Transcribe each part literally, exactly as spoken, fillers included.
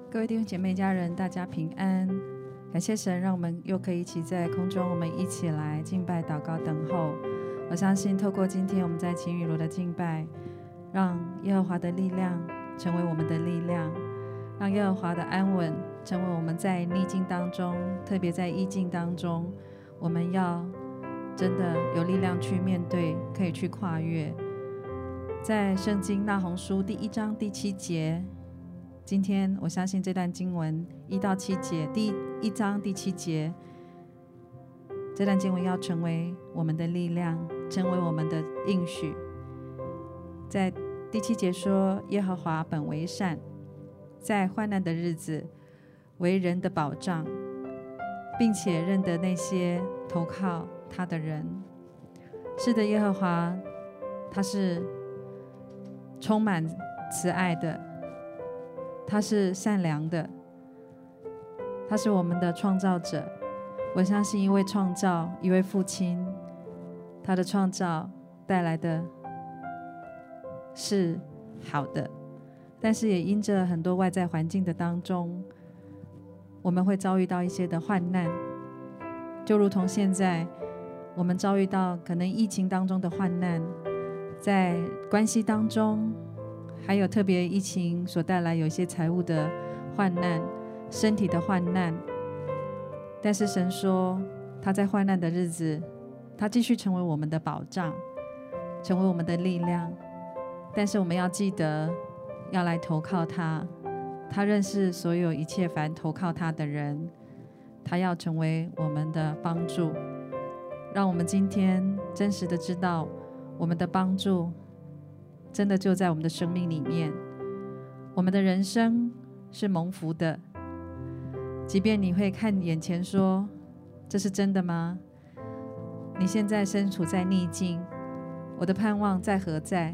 各位弟兄姐妹家人，大家平安。感谢神，让我们又可以一起在空中，我们一起来敬拜、祷告、等候。我相信透过今天我们在晴雨楼的敬拜，让耶和华的力量成为我们的力量，让耶和华的安稳成为我们在逆境当中，特别在疫境当中，我们要真的有力量去面对，可以去跨越。在圣经那鸿书第一章第七节，今天我相信这段经文一到七节，第一章第七节，这段经文要成为我们的力量，成为我们的应许。在第七节说，耶和华本为善，在患难的日子为人的保障，并且认得那些投靠他的人。是的，耶和华他是充满慈爱的，他是善良的，他是我们的创造者。我相信一位创造，一位父亲，他的创造带来的是好的，但是也因着很多外在环境的当中，我们会遭遇到一些的患难，就如同现在我们遭遇到可能疫情当中的患难，在关系当中，还有特别疫情所带来有一些财务的患难，身体的患难。但是神说，他在患难的日子，他继续成为我们的保障，成为我们的力量。但是我们要记得要来投靠他，他认识所有一切凡投靠他的人，他要成为我们的帮助。让我们今天真实的知道，我们的帮助真的就在我们的生命里面。我们的人生是蒙福的，即便你会看眼前说，这是真的吗？你现在身处在逆境，我的盼望在何在？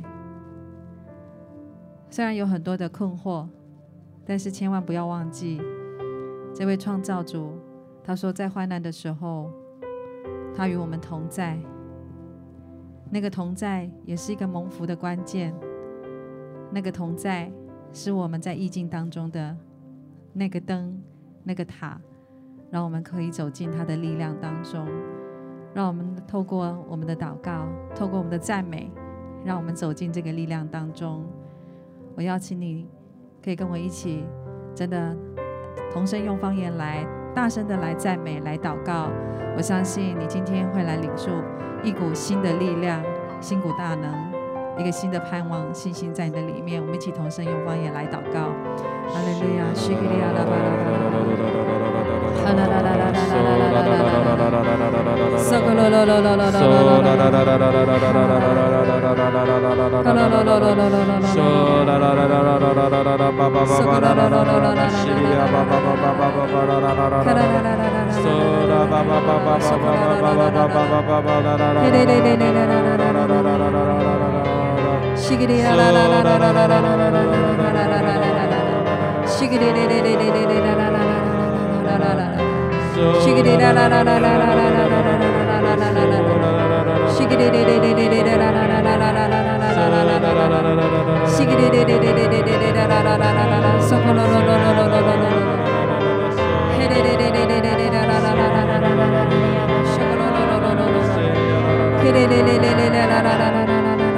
虽然有很多的困惑，但是千万不要忘记，这位创造主他说，在患难的时候他与我们同在。那个同在也是一个蒙福的关键，那个同在是我们在意境当中的那个灯，那个塔，让我们可以走进他的力量当中。让我们透过我们的祷告，透过我们的赞美，让我们走进这个力量当中。我邀请你可以跟我一起真的同声用方言来大声的来赞美，来祷告。我相信你今天会来领受一股新的力量，新股大能，一个新的盼望，信心在你的里面。我们一起同声用方言来祷告。哈利路亚，希格利亚拉巴拉巴拉，哈啦啦啦啦啦啦啦啦啦啦，索格罗罗罗罗罗罗罗，啦啦啦啦啦啦啦啦啦啦啦啦啦，哈啦啦啦啦啦啦啦啦，索啦啦啦啦啦啦啦啦啦，巴巴巴巴啦啦啦啦啦啦，希利亚巴巴巴巴巴巴巴啦啦啦啦啦，哈啦啦啦啦啦，索啦巴巴巴巴巴巴巴巴巴巴巴巴巴啦啦啦，嘿嘞嘞嘞嘞嘞啦啦啦啦啦啦啦啦啦啦，希格利亚啦啦啦啦啦啦啦啦啦啦啦啦啦啦。シギリレレレレレレラララララララララシギリララララララララララララシギリレレレレレレララララララララシギリレレレレレレララララララソコロロロロロロロヘレレレレレレラララララララショコロロロロロヘレレレレレラララララ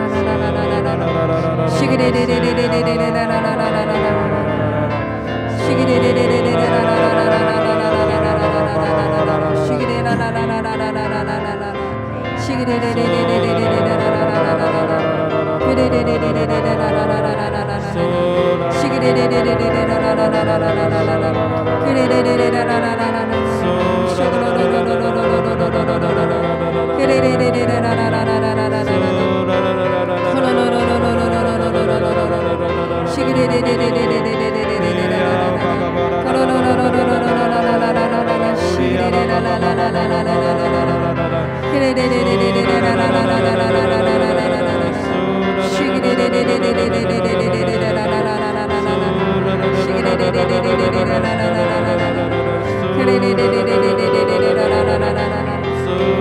ラシギリレレレレレレララララララシギレレレレレララララララララララシギレラララララララララシギレレレレレレレララララララヘレレレレレレララララララシギレレレレレラララララララヘレレレレラララララショコロロロロロロロロロロヘレレレレララララララララコロロロロロロロロロロロシギレレレレレレレレシ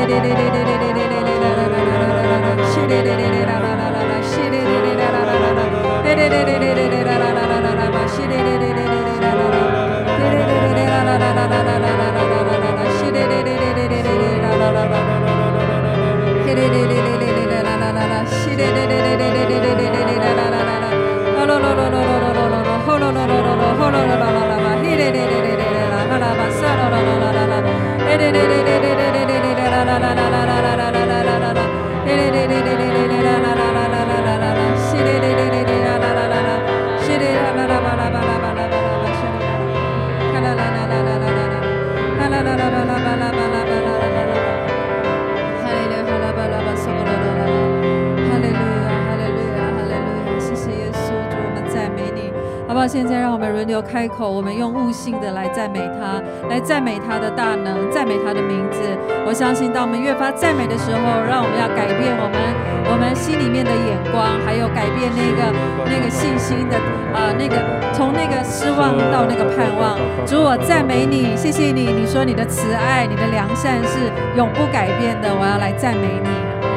现在让我们轮流开口，我们用悟性的来赞美他，来赞美他的大能，赞美他的名字。我相信当我们越发赞美的时候，让我们要改变我们我们心里面的眼光，还有改变那个那个信心的啊、呃，那个从那个失望到那个盼望。主，我赞美你，谢谢你，你说你的慈爱、你的良善是永不改变的，我要来赞美你。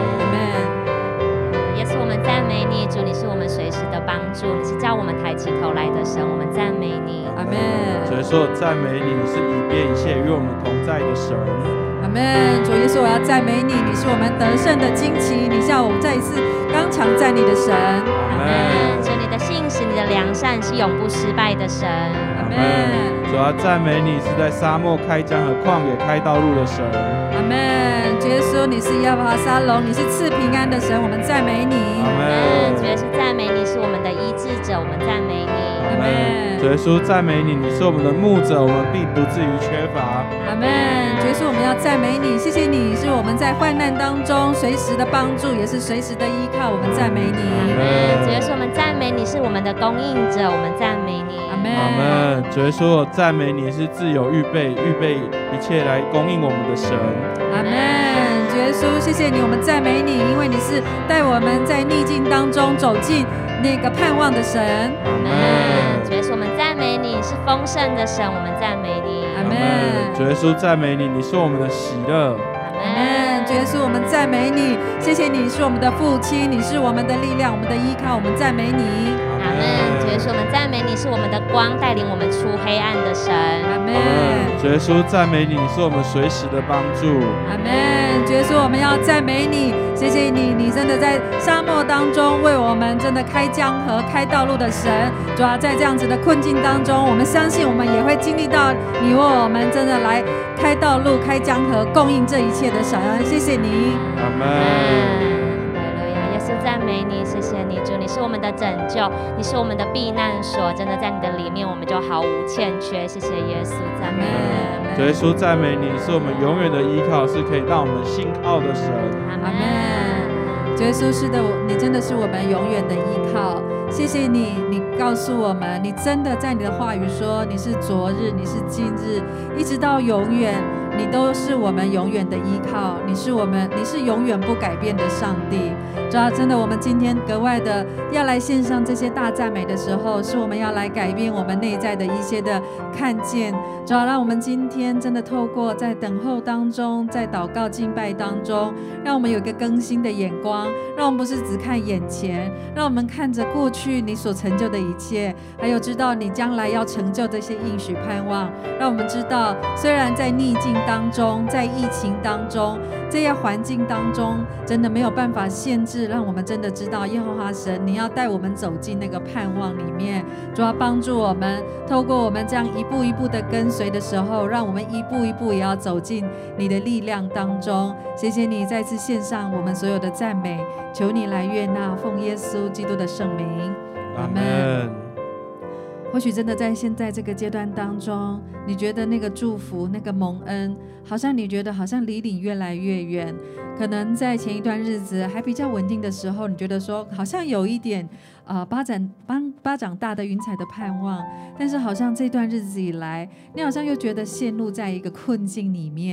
赞美你，主，你是我们随时的帮助，你是叫我们抬起头来的神，我们赞美你， 阿们。 所以说赞美你，你是以便一切与我们同在的神， 阿们。主耶稣，我要赞美你，你是我们得胜的旌旗，你叫我们再一次刚强站立的神， 阿们。主，你的信实，你的良善是永不失败的神， 阿们。 主要赞美你是在沙漠开江和旷野开道路的神， 阿们。主耶稣，你是耶和华沙龙，你是赐平安的神，我们赞美你， 阿们。主耶稣，赞美你是我们的医治者，我们赞美你， 阿们。 主耶稣，赞美你，你是我们的牧者，我们必不至于缺乏， 阿们。主耶稣，我们要赞美你，谢谢你是我们在患难当中随时的帮助，也是随时的依靠，我们赞美你， 阿们。主耶稣，我们赞美你是我们的供应者，我们赞美你， 阿们。 阿们。主耶稣，赞美你是自有预备预备一切来供应我们的神， 阿们。主耶稣，谢谢你，我们赞美你，因为你是带我们在逆境当中走进那个盼望的神， 阿们。主耶稣，我们赞美你是丰盛的神，我们赞美你， 阿们。 主耶稣，赞美你，你是我们的喜乐， 阿们。主耶稣，我们赞美你，谢谢你是我们的父亲，你是我们的力量，我们的依靠，我们赞美你， 阿们。主耶稣，我们赞美你是我们的光，带领我们出黑暗的神， 阿们。 主耶稣，赞美你，你是我们随时的帮助， 阿们。主耶稣，我们要赞美你，谢谢你，你真的在沙漠当中为我们真的开江河、开道路的神。主要在这样子的困境当中，我们相信我们也会经历到你为我们真的来开道路、开江河、供应这一切的神。谢谢你， 阿们。 耶稣，赞美你，谢谢你，主，你是我们的拯救，你是我们的避难所，真的在你的里面我们就毫无欠缺。谢谢耶稣，赞美你。 主耶稣，赞美你是我们永远的依靠，是可以让我们信靠的神， 阿们。主耶稣，是的，你真的是我们永远的依靠。谢谢你，你告诉我们，你真的在你的话语说，你是昨日，你是今日，一直到永远，你都是我们永远的依靠。你是我们，你是永远不改变的上帝。主要真的，我们今天格外的要来献上这些大赞美的时候，是我们要来改变我们内在的一些的看见。主要让我们今天真的透过在等候当中，在祷告敬拜当中，让我们有一个更新的眼光，让我们不是只看眼前，让我们看着过去你所成就的一切，还有知道你将来要成就这些应许盼望。让我们知道，虽然在逆境当中，在疫情当中，这些环境当中，真的没有办法限制，让我们真的知道耶和华神，你要带我们走进那个盼望里面。主要帮助我们，透过我们这样一步一步的跟随的时候，让我们一步一步也要走进你的力量当中。谢谢你再次献上我们所有的赞美，求你来悦纳，奉耶稣基督的圣名，阿们。或许真的在现在这个阶段当中，你觉得那个祝福、那个蒙恩，好像你觉得好像离你越来越远。可能在前一段日子还比较稳定的时候，你觉得说好像有一点呃巴掌巴巴掌大的云彩的盼望，但是好像这段日子以来，你好像又觉得陷入在一个困境里面。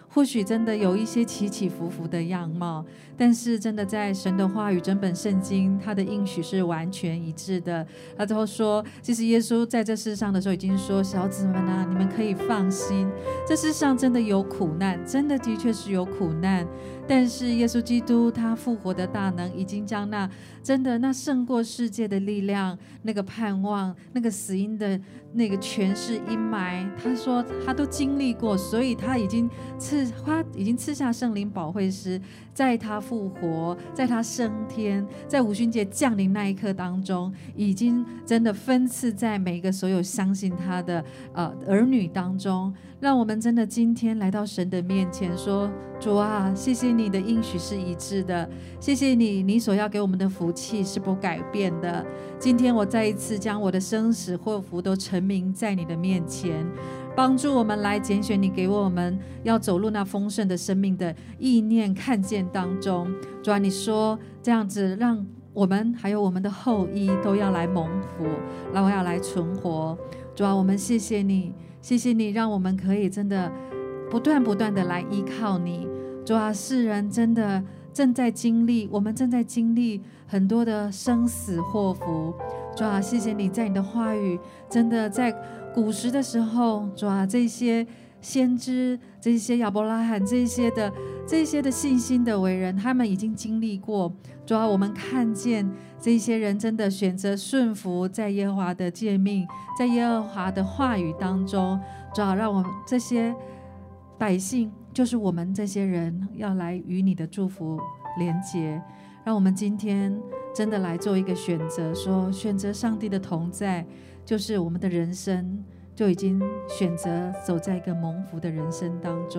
或许真的有一些起起伏伏的样貌，但是真的在神的话语整本圣经，他的应许是完全一致的。他最后说，其实耶稣在这世上的时候已经说，小子们啊，你们可以放心，这世上真的有苦难，真的的确是有苦难，但是耶稣基督他复活的大能已经将那真的那胜过世界的力量，那个盼望，那个死荫的那个权势阴霾，他说他都经历过，所以他已经赐他已经赐下圣灵保惠师，在他复活，在他升天，在五旬节降临那一刻当中，已经真的分赐在每一个所有相信他的呃儿女当中。让我们真的今天来到神的面前说，主啊，谢谢你的应许是一致的，谢谢你，你所要给我们的福气是不改变的。今天我再一次将我的生死祸福都陈明在你的面前，帮助我们来拣选你给我们要走入那丰盛的生命的意念看见当中。主啊，你说这样子让我们还有我们的后裔都要来蒙福，然后要来存活。主啊，我们谢谢你，谢谢你让我们可以真的不断不断的来依靠你。主啊，世人真的正在经历，我们正在经历很多的生死祸福。主啊，谢谢你在你的话语真的在古时的时候，主啊，这些先知，这些亚伯拉罕，这些的这些的信心的伟人，他们已经经历过。主啊，我们看见这些人真的选择顺服在耶和华的诫命，在耶和华的话语当中。主啊，让我们这些百姓，就是我们这些人，要来与你的祝福连结。让我们今天真的来做一个选择，说选择上帝的同在，就是我们的人生就已经选择走在一个蒙福的人生当中。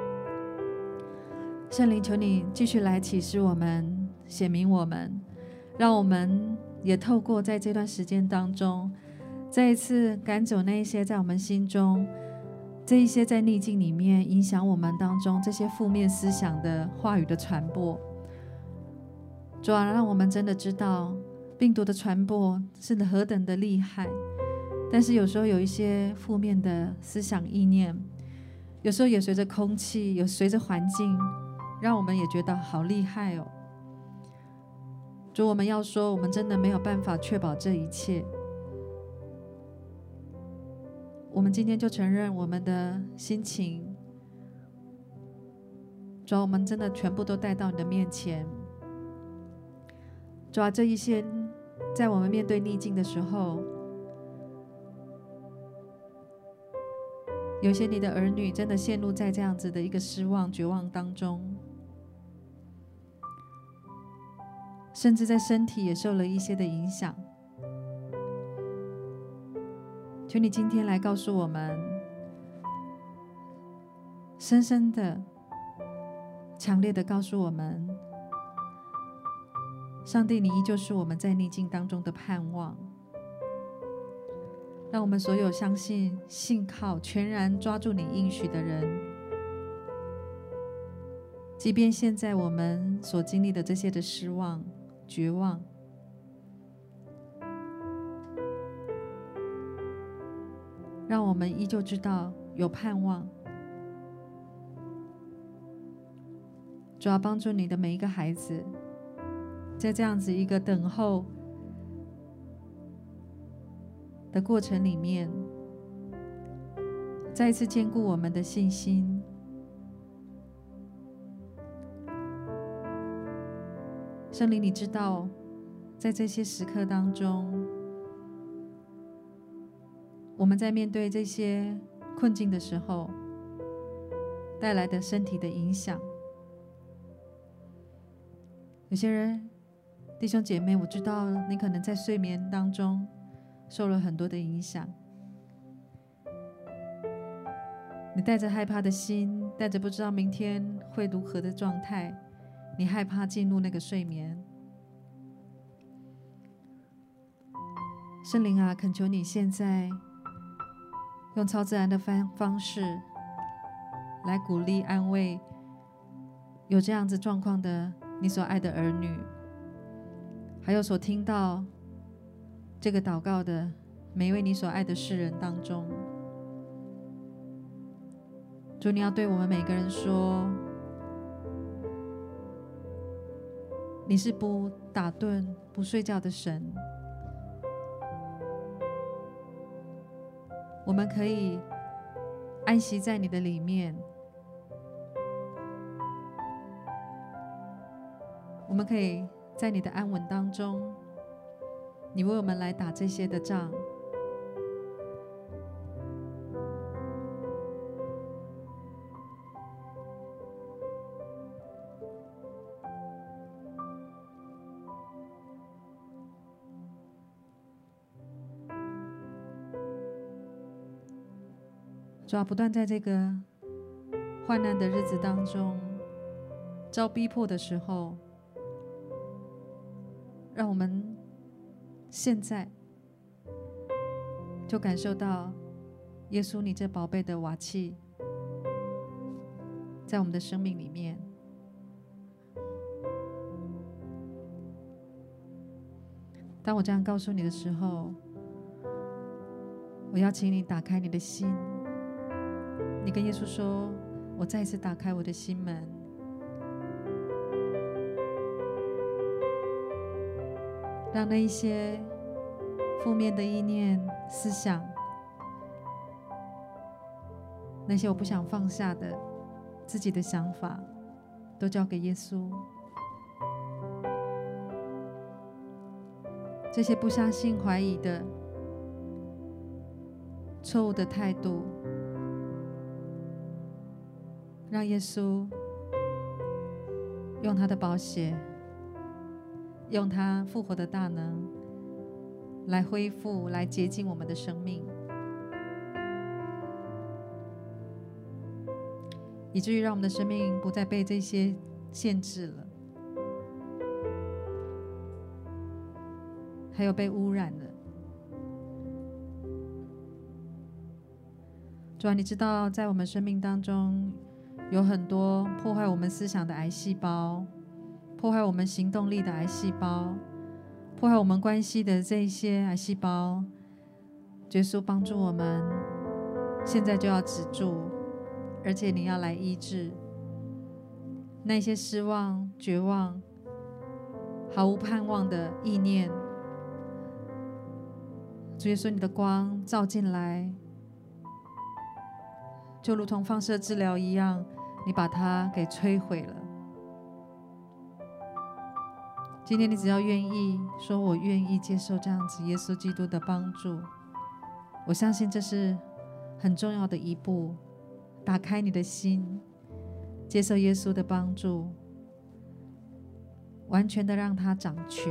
圣灵，求你继续来启示我们，显明我们，让我们也透过在这段时间当中，再一次赶走那一些在我们心中，这一些在逆境里面影响我们当中这些负面思想的话语的传播。主啊，让我们真的知道病毒的传播是何等的厉害，但是有时候有一些负面的思想意念，有时候也随着空气，有随着环境，让我们也觉得好厉害哦。主，我们要说，我们真的没有办法确保这一切。我们今天就承认我们的心情，主啊，我们真的全部都带到你的面前。主啊，这一些在我们面对逆境的时候，有些你的儿女真的陷入在这样子的一个失望、绝望当中，甚至在身体也受了一些的影响。求你今天来告诉我们，深深的、强烈的告诉我们，上帝，你依旧是我们在逆境当中的盼望。让我们所有相信、信靠、全然抓住你应许的人，即便现在我们所经历的这些的失望、绝望，让我们依旧知道有盼望。主要帮助你的每一个孩子，在这样子一个等候的过程里面，再一次坚固我们的信心。圣灵，你知道在这些时刻当中，我们在面对这些困境的时候带来的身体的影响。有些人弟兄姐妹，我知道你可能在睡眠当中受了很多的影响，你带着害怕的心，带着不知道明天会如何的状态，你害怕进入那个睡眠。圣灵啊，恳求你现在用超自然的方式来鼓励安慰有这样子状况的你所爱的儿女，还有所听到这个祷告的每一位你所爱的世人当中。 主，你要对我们每个人说，你是不打盹不睡觉的神，我们可以安息在你的里面，我们可以在你的安稳当中，你为我们来打这些的仗。主要不断在这个患难的日子当中，遭逼迫的时候，让我们现在就感受到耶稣你这宝贝的瓦器在我们的生命里面。当我这样告诉你的时候，我邀请你打开你的心，你跟耶稣说，我再一次打开我的心门，让那一些负面的意念、思想，那些我不想放下的自己的想法，都交给耶稣。这些不相信、怀疑的错误的态度，让耶稣用他的宝血，用他复活的大能来恢复、来洁净我们的生命，以至于让我们的生命不再被这些限制了，还有被污染了。主啊，你知道在我们生命当中有很多破坏我们思想的癌细胞，破坏我们行动力的癌细胞，破坏我们关系的这一些癌细胞。耶稣帮助我们，现在就要止住，而且你要来医治那些失望、绝望、毫无盼望的意念。主耶稣，你的光照进来，就如同放射治疗一样，你把它给摧毁了。今天你只要愿意说，我愿意接受这样子耶稣基督的帮助，我相信这是很重要的一步。打开你的心，接受耶稣的帮助，完全的让他掌权，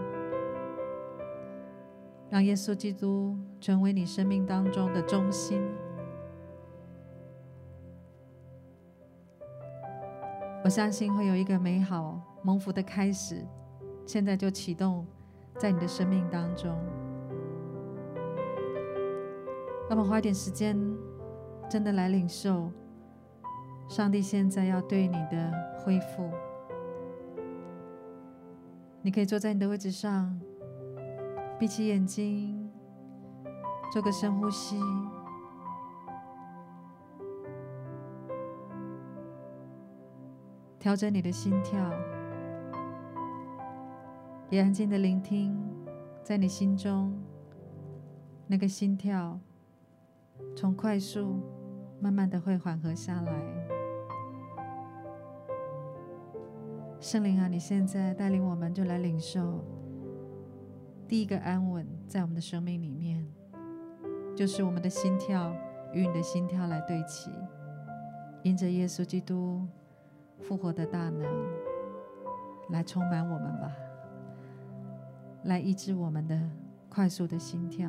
让耶稣基督成为你生命当中的中心。我相信会有一个美好蒙福的开始，现在就启动在你的生命当中。让我们花一点时间，真的来领受上帝现在要对你的恢复。你可以坐在你的位置上，闭起眼睛，做个深呼吸，调整你的心跳，也安静的聆听，在你心中那个心跳从快速慢慢的会缓和下来。圣灵啊，你现在带领我们就来领受第一个安稳，在我们的生命里面，就是我们的心跳与你的心跳来对齐，因着耶稣基督复活的大能来充满我们吧，来医治我们的快速的心跳。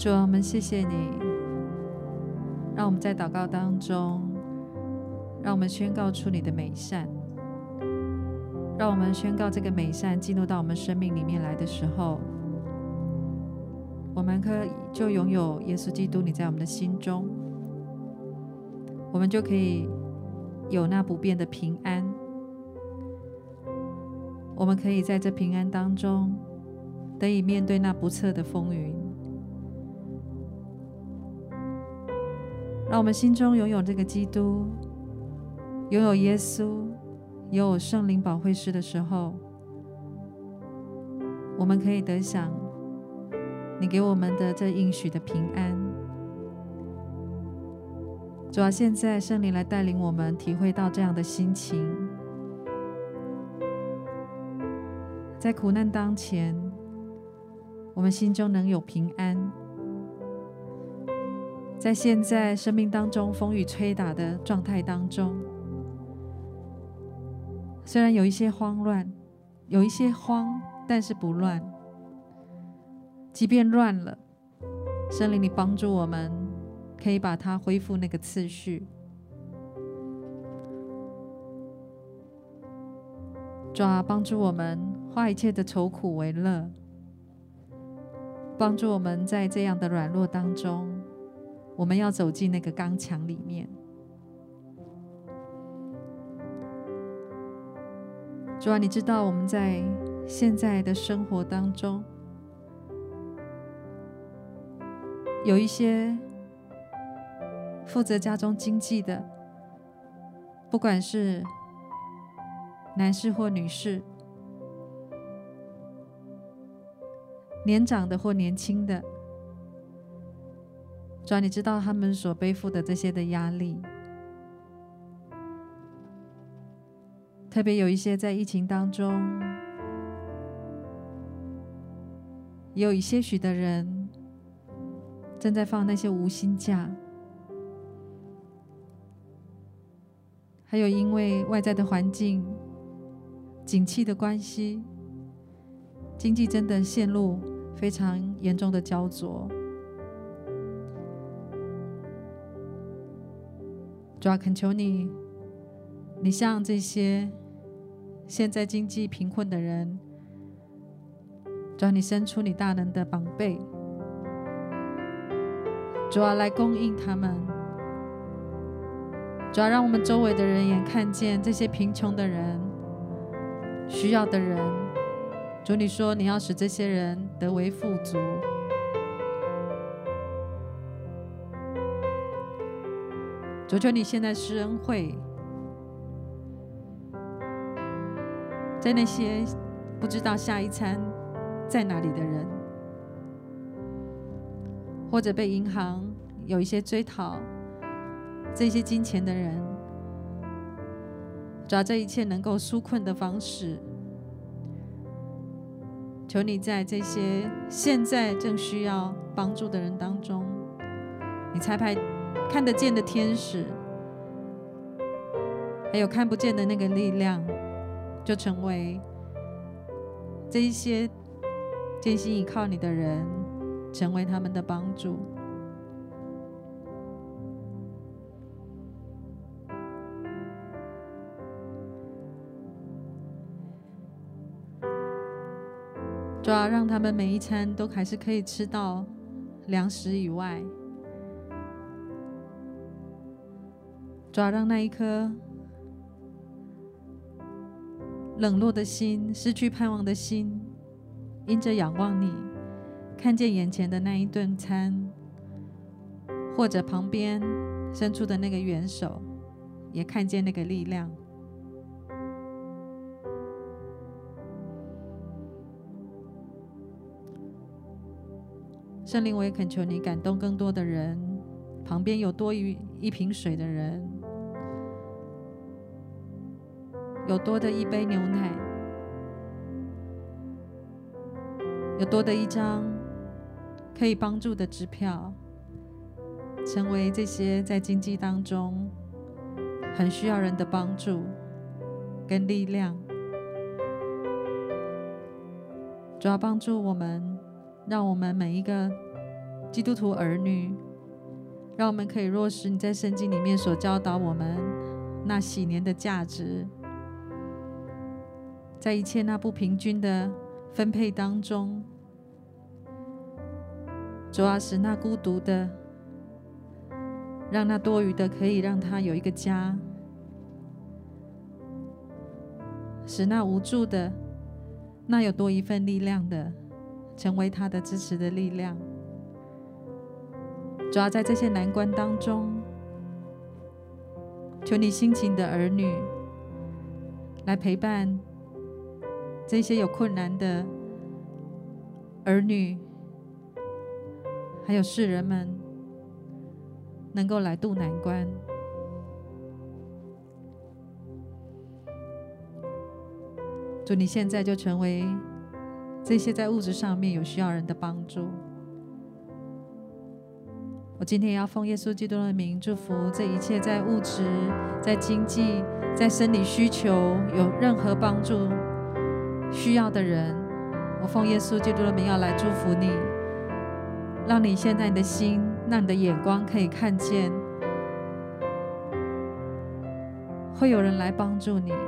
主啊，我们谢谢你，让我们在祷告当中，让我们宣告出你的美善，让我们宣告这个美善进入到我们生命里面来的时候，我们可以就拥有耶稣基督你在我们的心中，我们就可以有那不变的平安，我们可以在这平安当中得以面对那不测的风云，让我们心中拥有这个基督，拥有耶稣，拥有圣灵保惠师的时候，我们可以得享你给我们的这应许的平安。主啊，现在圣灵来带领我们体会到这样的心情，在苦难当前，我们心中能有平安。在现在生命当中风雨吹打的状态当中，虽然有一些慌乱，有一些慌，但是不乱。即便乱了，圣灵你帮助我们，可以把它恢复那个次序。主啊，帮助我们化一切的愁苦为乐，帮助我们在这样的软弱当中，我们要走进那个刚强里面。主啊，你知道我们在现在的生活当中，有一些负责家中经济的，不管是男士或女士，年长的或年轻的，主啊，你知道他们所背负的这些的压力，特别有一些在疫情当中，也有一些许的人正在放那些无薪假，还有因为外在的环境景气的关系，经济真的陷入非常严重的焦灼。主啊，恳求你，你向这些现在经济贫困的人，主啊，你伸出你大能的膀臂，主啊，来供应他们。主啊，让我们周围的人也看见这些贫穷的人、需要的人。主，你说你要使这些人得为富足。主，求你现在施恩惠，在那些不知道下一餐在哪里的人，或者被银行有一些追讨这些金钱的人，主啊，这一切能够纾困的方式，求你在这些现在正需要帮助的人当中，你差派看得见的天使，还有看不见的那个力量，就成为这一些艰辛依靠你的人，成为他们的帮助。主啊，让他们每一餐都还是可以吃到粮食以外，主啊，让那一颗冷落的心、失去盼望的心，因着仰望你，看见眼前的那一顿餐，或者旁边伸出的那个援手，也看见那个力量。圣灵，我也恳求你感动更多的人，旁边有多于一瓶水的人，有多的一杯牛奶，有多的一张可以帮助的支票，成为这些在经济当中很需要人的帮助跟力量。主要帮助我们，让我们每一个基督徒儿女，让我们可以落实你在圣经里面所教导我们那喜年的价值，在一切那不平均的分配当中，主要使那孤独的，让那多余的可以让他有一个家，使那无助的，那有多一份力量的，成为他的支持的力量。主要在这些难关当中，求你辛勤的儿女来陪伴这些有困难的儿女，还有世人们，能够来渡难关。主，你现在就成为这些在物质上面有需要人的帮助。我今天要奉耶稣基督的名祝福这一切在物质、在经济、在生理需求有任何帮助需要的人，我奉耶稣基督的名要来祝福你，让你现在你的心，让你的眼光可以看见，会有人来帮助你，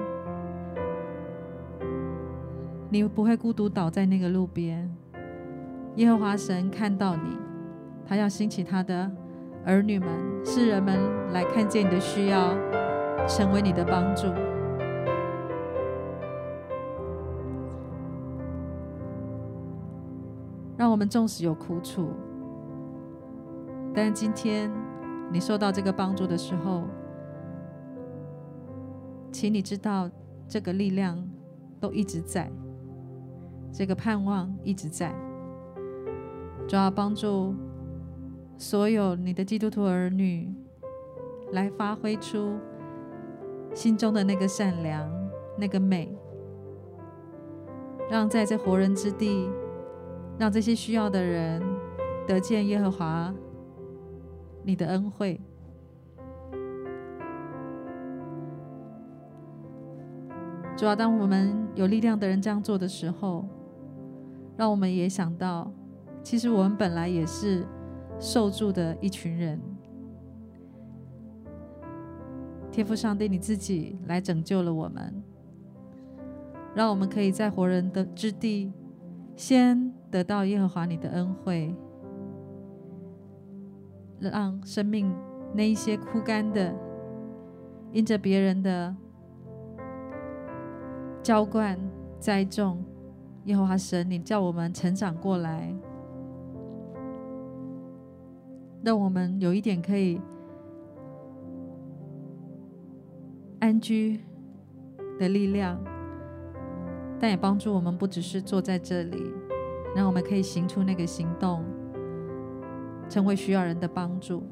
你不会孤独倒在那个路边。耶和华神看到你，他要兴起他的儿女们、世人们来看见你的需要，成为你的帮助。让我们纵使有苦楚，但今天你受到这个帮助的时候，请你知道这个力量都一直在，这个盼望一直在。主要帮助所有你的基督徒儿女来发挥出心中的那个善良、那个美，让在这活人之地，让这些需要的人得见耶和华你的恩惠。主要当我们有力量的人这样做的时候，让我们也想到，其实我们本来也是受助的一群人。天父上帝你自己来拯救了我们，让我们可以在活人的之地先得到耶和华你的恩惠，让生命那一些枯干的，因着别人的浇灌栽种，耶和华神你叫我们成长过来，让我们有一点可以安居的力量，但也帮助我们不只是坐在这里，让我们可以行出那个行动，成为需要人的帮助。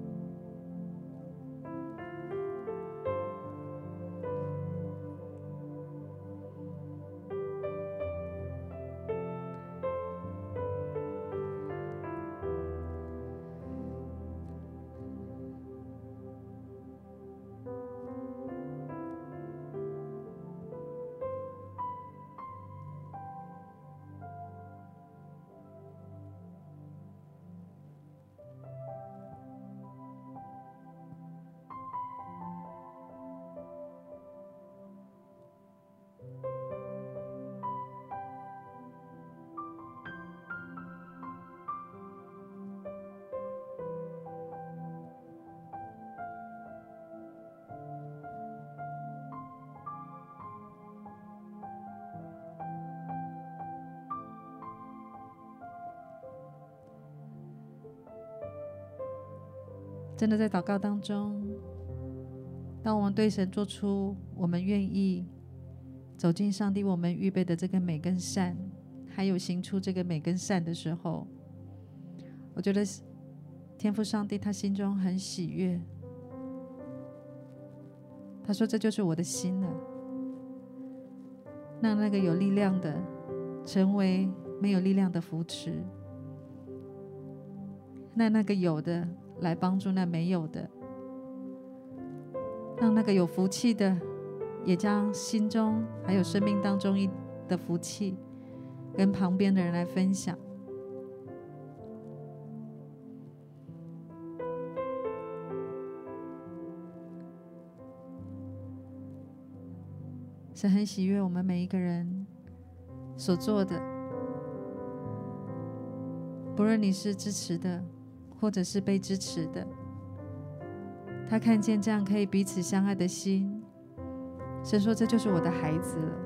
真的在祷告当中，当我们对神做出我们愿意走进上帝我们预备的这个美跟善，还有行出这个美跟善的时候，我觉得天父上帝他心中很喜悦。他说这就是我的心了，让那个有力量的成为没有力量的扶持，让那个有的来帮助那没有的，让那个有福气的也将心中还有生命当中的福气跟旁边的人来分享。 神很喜悦我们每一个人所做的，不论你是支持的或者是被支持的，他看见这样可以彼此相爱的心，神说这就是我的孩子了。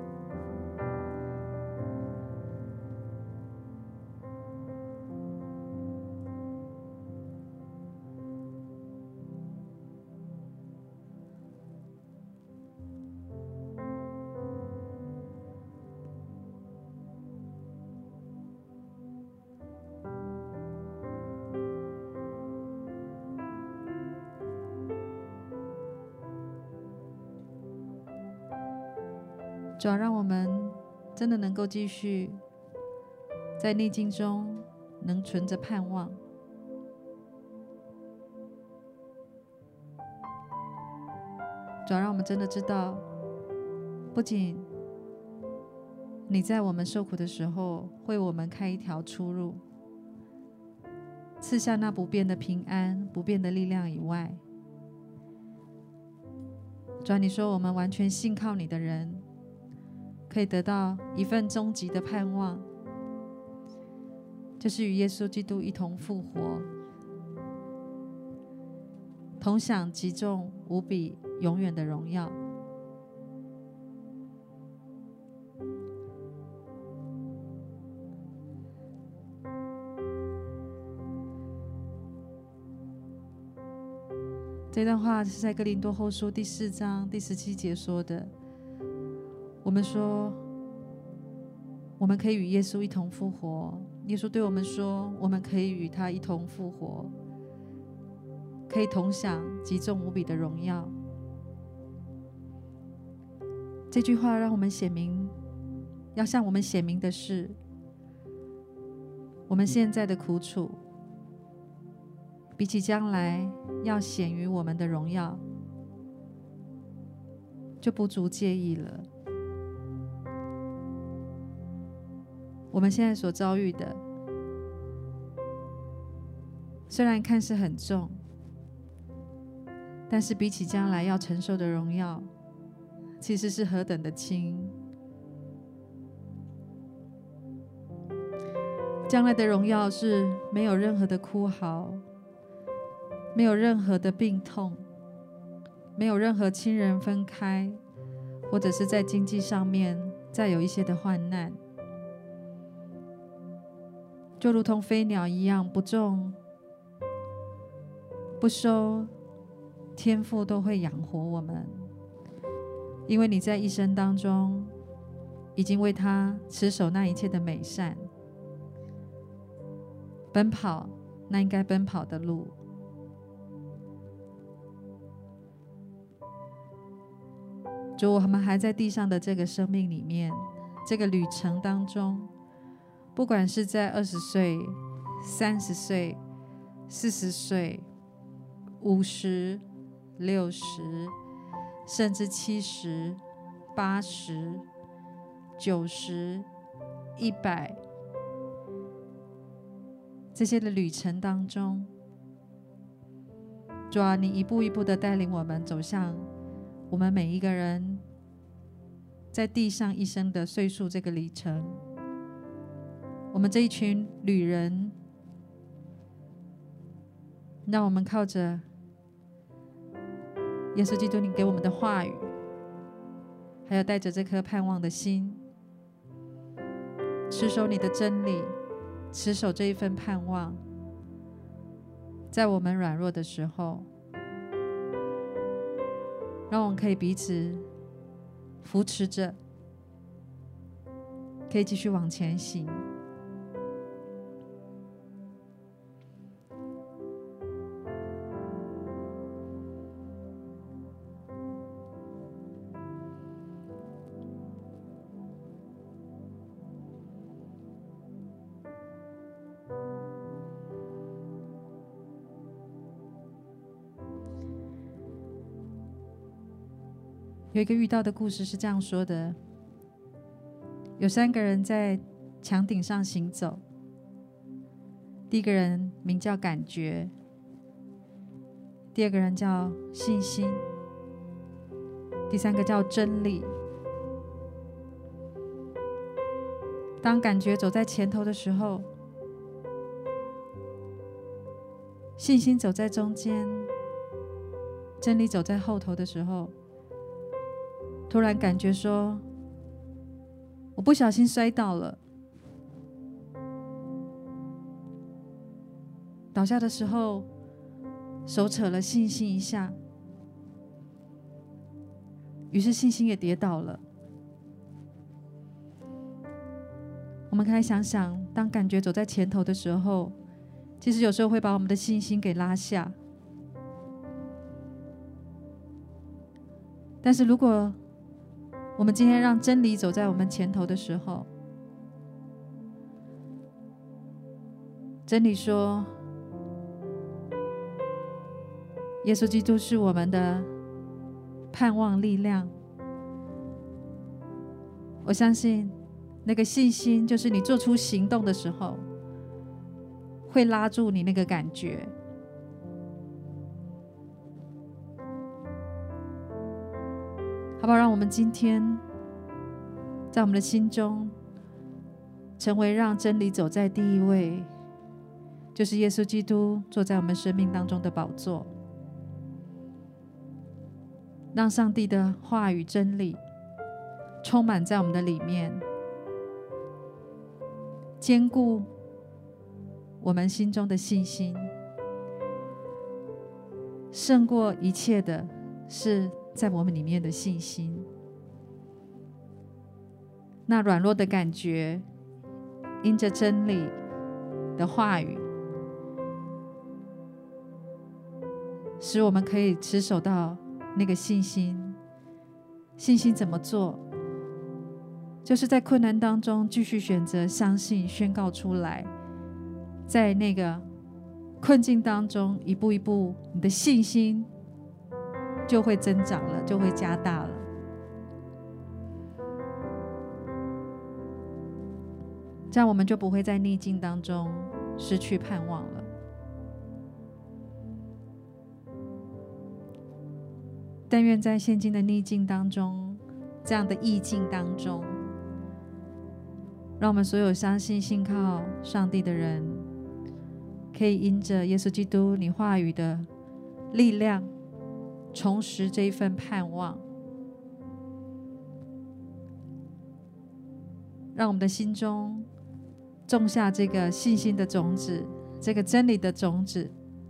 主要让我们真的能够继续在逆境中能存着盼望，主要让我们真的知道，不仅你在我们受苦的时候为我们开一条出路，赐下那不变的平安、不变的力量以外，主要你说我们完全信靠你的人可以得到一份终极的盼望，就是与耶稣基督一同复活，同享极重无比永远的荣耀。这段话是在哥林多后书第四章第十七节说的。我们说我们可以与耶稣一同复活，耶稣对我们说我们可以与他一同复活，可以同享极重无比的荣耀。这句话让我们显明，要向我们显明的是，我们现在的苦楚比起将来要显于我们的荣耀，就不足介意了。我们现在所遭遇的，虽然看似很重，但是比起将来要承受的荣耀，其实是何等的轻。将来的荣耀是没有任何的哭嚎，没有任何的病痛，没有任何亲人分开，或者是在经济上面再有一些的患难，就如同飞鸟一样，不种不收，天父都会养活我们，因为你在一生当中已经为他持守那一切的美善，奔跑那应该奔跑的路。主，我们还在地上的这个生命里面，这个旅程当中，不管是在二十岁、三十岁、四十岁、五十、六十，甚至七十、八十、九十、一百，这些的旅程当中，主啊，你一步一步的带领我们走向我们每一个人在地上一生的岁数这个里程。我们这一群旅人，让我们靠着耶稣基督你给我们的话语，还有带着这颗盼望的心，持守你的真理，持守这一份盼望，在我们软弱的时候，让我们可以彼此扶持着，可以继续往前行。有一个遇到的故事是这样说的：有三个人在墙顶上行走，第一个人名叫感觉，第二个人叫信心，第三个叫真理。 当感觉走在前头的时候，信心走在中间，真理走在后头的时候，突然感觉说，我不小心摔倒了，倒下的时候手扯了信心一下，于是信心也跌倒了。我们可以想想，当感觉走在前头的时候，其实有时候会把我们的信心给拉下。但是如果我们今天让真理走在我们前头的时候，真理说，耶稣基督是我们的盼望力量。我相信那个信心，就是你做出行动的时候，会拉住你那个感觉。好不好？让我们今天在我们的心中，成为让真理走在第一位，就是耶稣基督坐在我们生命当中的宝座，让上帝的话语真理充满在我们的里面，坚固我们心中的信心。胜过一切的是在我们里面的信心。那软弱的感觉，因着真理的话语，使我们可以持守到那个信心。信心怎么做？就是在困难当中继续选择相信，宣告出来，在那个困境当中一步一步，你的信心就会增长了，就会加大了。这样我们就不会在逆境当中失去盼望了。但愿在现今的逆境当中，这样的意境当中，让我们所有相信信靠上帝的人，可以因着耶稣基督你话语的力量，重拾这一份盼望，让我们的心中种下这个信心的种子，这个真理的种子，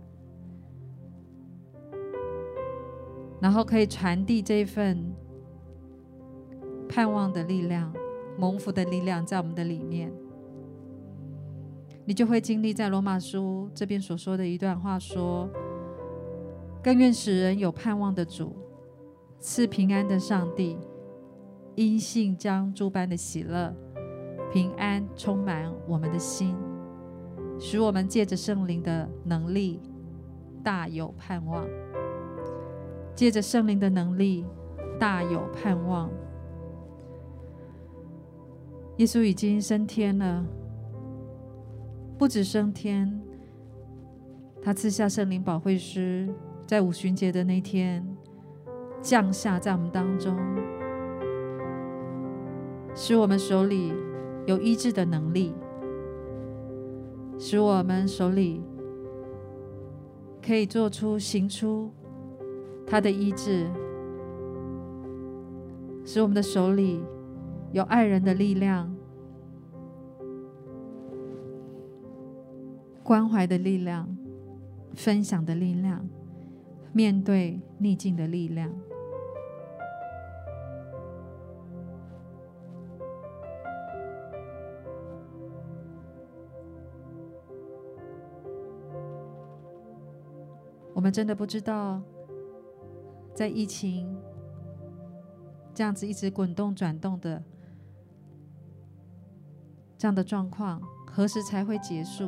然后可以传递这一份盼望的力量，蒙福的力量在我们的里面。你就会经历在罗马书这边所说的一段话，说，更愿使人有盼望的主，赐平安的上帝，因信将诸般的喜乐平安充满我们的心，使我们借着圣灵的能力大有盼望。借着圣灵的能力大有盼望。耶稣已经升天了，不止升天，他赐下圣灵保惠师，在五旬节的那天降下在我们当中，使我们手里有医治的能力，使我们手里可以做出行出他的医治，使我们的手里有爱人的力量，关怀的力量，分享的力量，面对逆境的力量。我们真的不知道，在疫情这样子一直滚动转动的这样的状况，何时才会结束？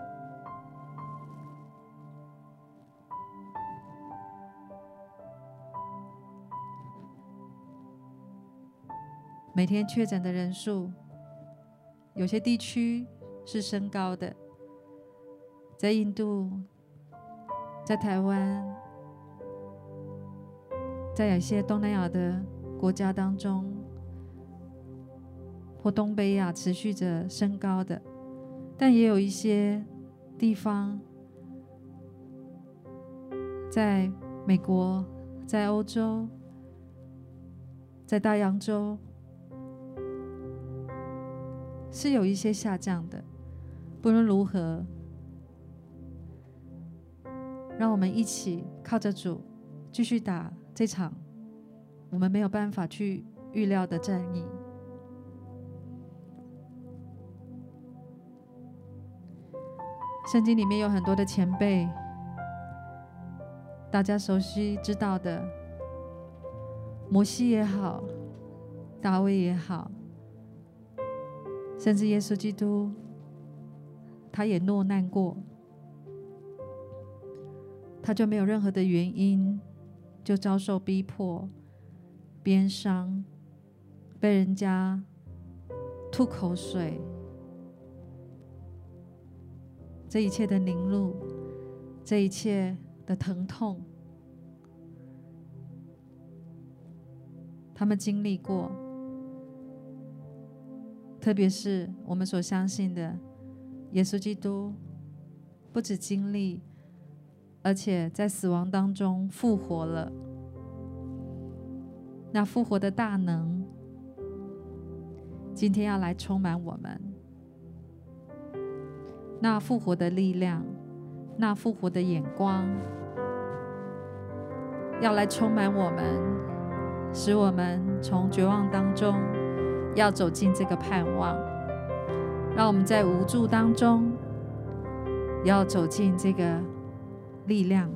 每天确诊的人数，有些地区是升高的，在印度，在台湾，在有些东南亚的国家当中， 或东北亚持续着升高的，但也有一些地方，在美国、在欧洲、在大洋洲，是有一些下降的。不论如何，让我们一起靠着主继续打这场我们没有办法去预料的战役。圣经里面有很多的前辈，大家熟悉知道的，摩西也好，大卫也好，甚至耶稣基督，他也落难过，他就没有任何的原因就遭受逼迫、鞭伤，被人家吐口水，这一切的凌辱，这一切的疼痛，他们经历过。特别是我们所相信的耶稣基督，不只经历，而且在死亡当中复活了。那复活的大能，今天要来充满我们。那复活的力量，那复活的眼光，要来充满我们，使我们从绝望当中要走进这个盼望，让我们在无助当中要走进这个力量。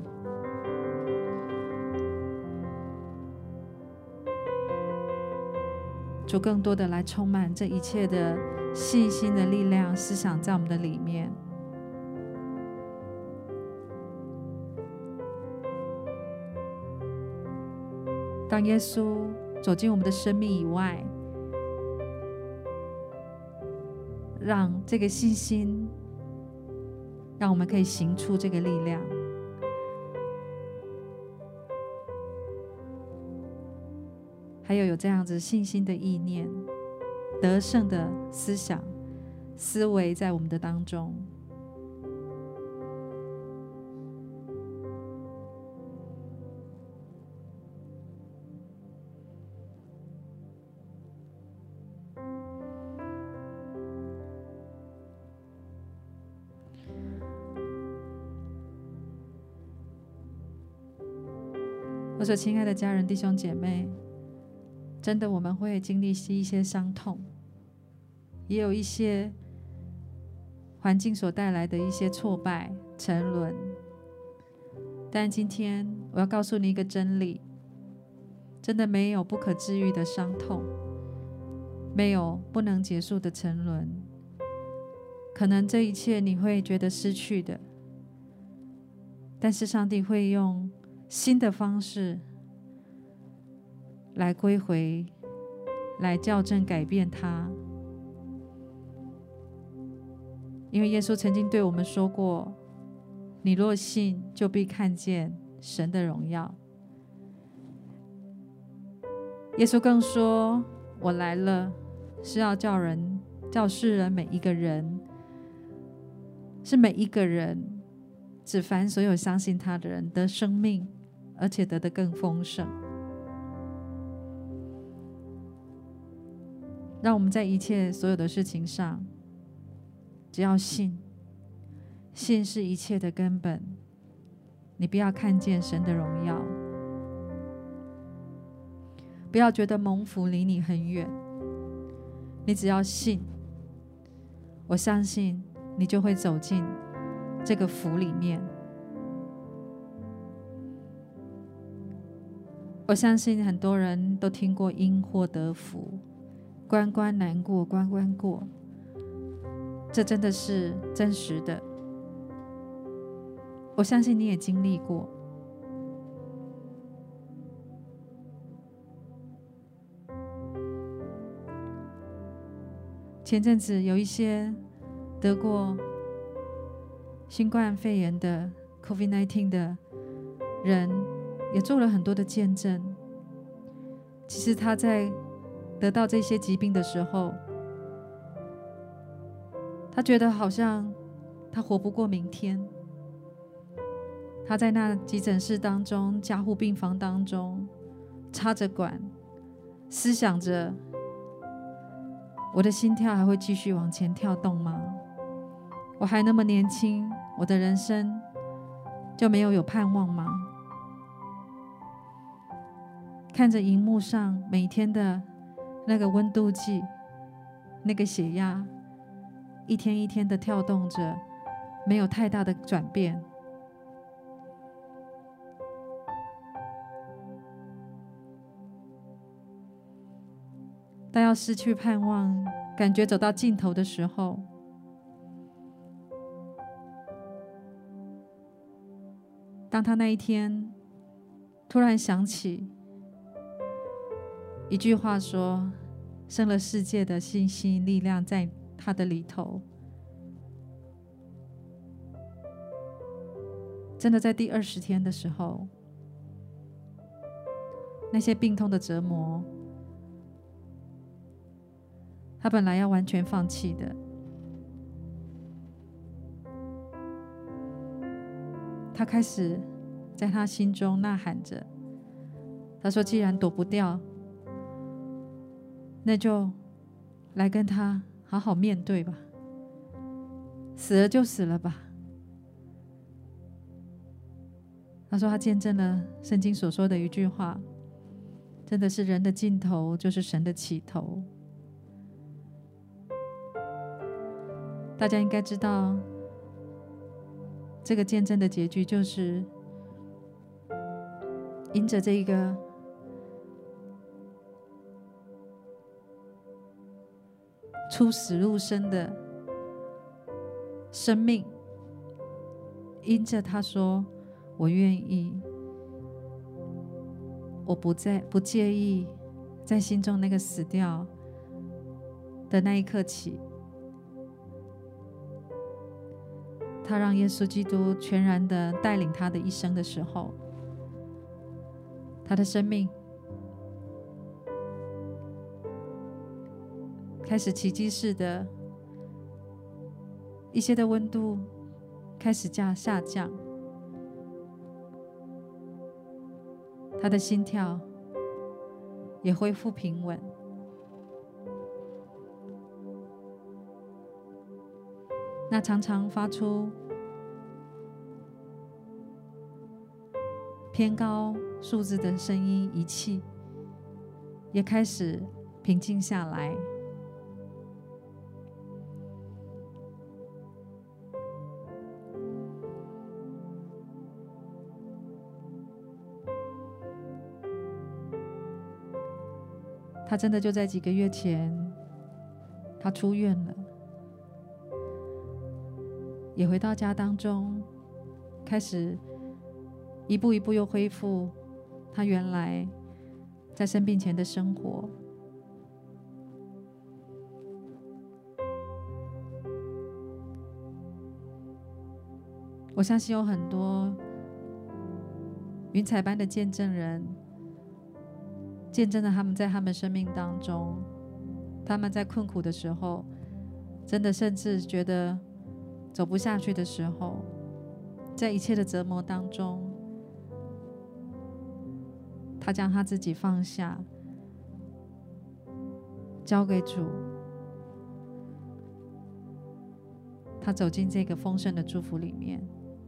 主更多的来充满这一切的信心的力量，思想在我们的里面。当耶稣走进我们的生命以外，让这个信心，让我们可以行出这个力量。还有有这样子信心的意念，得胜的思想思维在我们的当中。我所亲爱的家人弟兄姐妹，真的我们会经历一些伤痛，也有一些环境所带来的一些挫败沉沦，但今天我要告诉你一个真理，真的没有不可治愈的伤痛，没有不能结束的沉沦。可能这一切你会觉得失去的，但是上帝会用新的方式来归回，来校正改变它。因为耶稣曾经对我们说过，你若信，就必看见神的荣耀。耶稣更说，我来了是要叫人叫世人每一个人，是每一个人，只凡所有相信他的人得生命，而且得得更丰盛。让我们在一切所有的事情上，只要信，信是一切的根本。你不要看见神的荣耀，不要觉得蒙福离你很远，你只要信，我相信你就会走进这个福里面。我相信很多人都听过因祸得福，关关难过关关过，这真的是真实的。我相信你也经历过。前阵子有一些得过新冠肺炎的 COVID 十九 的人也做了很多的见证。其实他在得到这些疾病的时候， 他觉得好像他活不过明天。他在那急诊室当中、加护病房当中插着管，思想着我的心跳还会继续往前跳动吗？我还那么年轻，我的人生就没有有盼望吗？看着荧幕上每天的那个温度计，那个血压一天一天的跳动着，没有太大的转变。当要失去盼望，感觉走到尽头的时候，当他那一天突然想起一句话说，生了世界的信心力量在他的里头，真的在第二十天的时候，那些病痛的折磨，他本来要完全放弃的，他开始在他心中呐喊着，他说既然躲不掉，那就来跟他好好面对吧，死了就死了吧。他说他见证了圣经所说的一句话，真的是人的尽头就是神的起头。大家应该知道，这个见证的结局就是因着这一个出死入生的生命，因着他说我愿意，我不再不介意在心中那个死掉的那一刻起，他让耶稣基督全然的带领他的一生的时候，他的生命开始奇迹式的一些的温度开始下下降，他的心跳也恢复平稳。那常常发出偏高数字的声音仪器也开始平静下来。他真的就在几个月前，他出院了，也回到家当中，开始一步一步又恢复他原来在生病前的生活。我相信有很多云彩般的见证人，见证了他们在他们生命当中，他们在困苦的时候，真的甚至觉得走不下去的时候，在一切的折磨当中，他将他自己放下，交给主，他走进这个丰盛的祝福里面。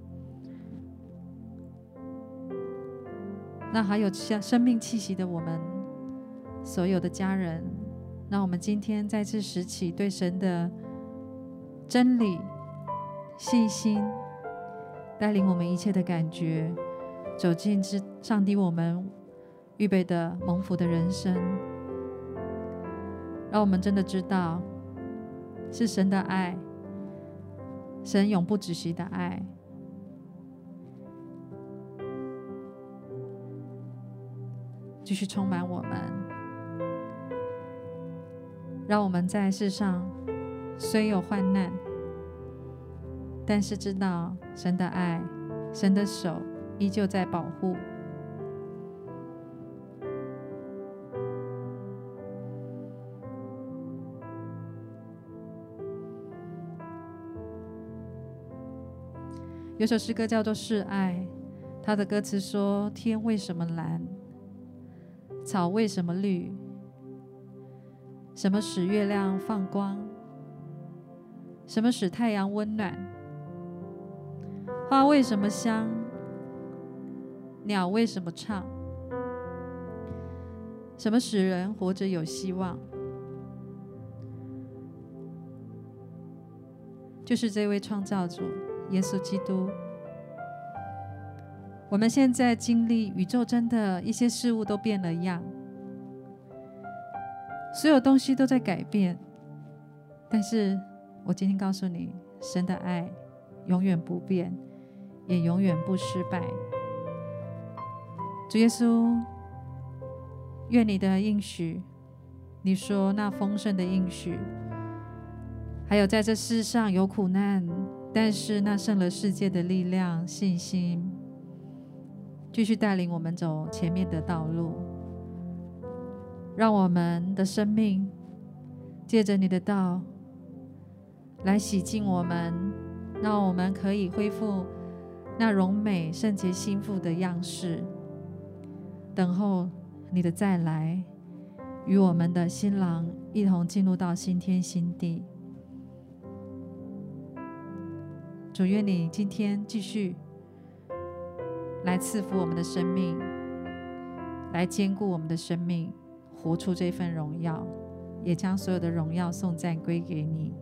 那还有生命气息的我们所有的家人，那我们今天再次拾起对神的真理、信心，带领我们一切的感觉，走进上帝我们预备的蒙福的人生，让我们真的知道是神的爱，神永不止息的爱，继续充满我们，让我们在世上虽有患难，但是知道神的爱，神的手依旧在保护。 有首诗歌叫做《示爱》，它的歌词说：天为什么蓝？草为什么绿？什么使月亮放光？什么使太阳温暖？花为什么香？鸟为什么唱？什么使人活着有希望？就是这位创造主耶稣基督。我们现在经历宇宙真的一些事物都变了样，所有东西都在改变，但是我今天告诉你，神的爱永远不变，也永远不失败。主耶稣，愿你的应许，你说那丰盛的应许，还有在这世上有苦难，但是那胜了世界的力量、信心，继续带领我们走前面的道路，让我们的生命借着你的道来洗净我们，让我们可以恢复那荣美圣洁心腹的样式，等候你的再来，与我们的新郎一同进入到新天新地。主，愿你今天继续来赐福我们的生命，来坚固我们的生命，活出这份荣耀，也将所有的荣耀颂赞归给你。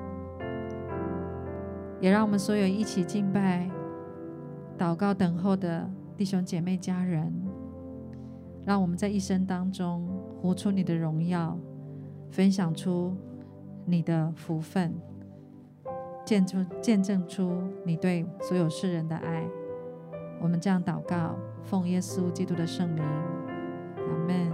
也让我们所有一起敬拜祷告等候的弟兄姐妹家人，让我们在一生当中活出你的荣耀，分享出你的福分，见证见证出你对所有世人的爱。我们这样祷告，奉耶稣基督的圣名，阿们。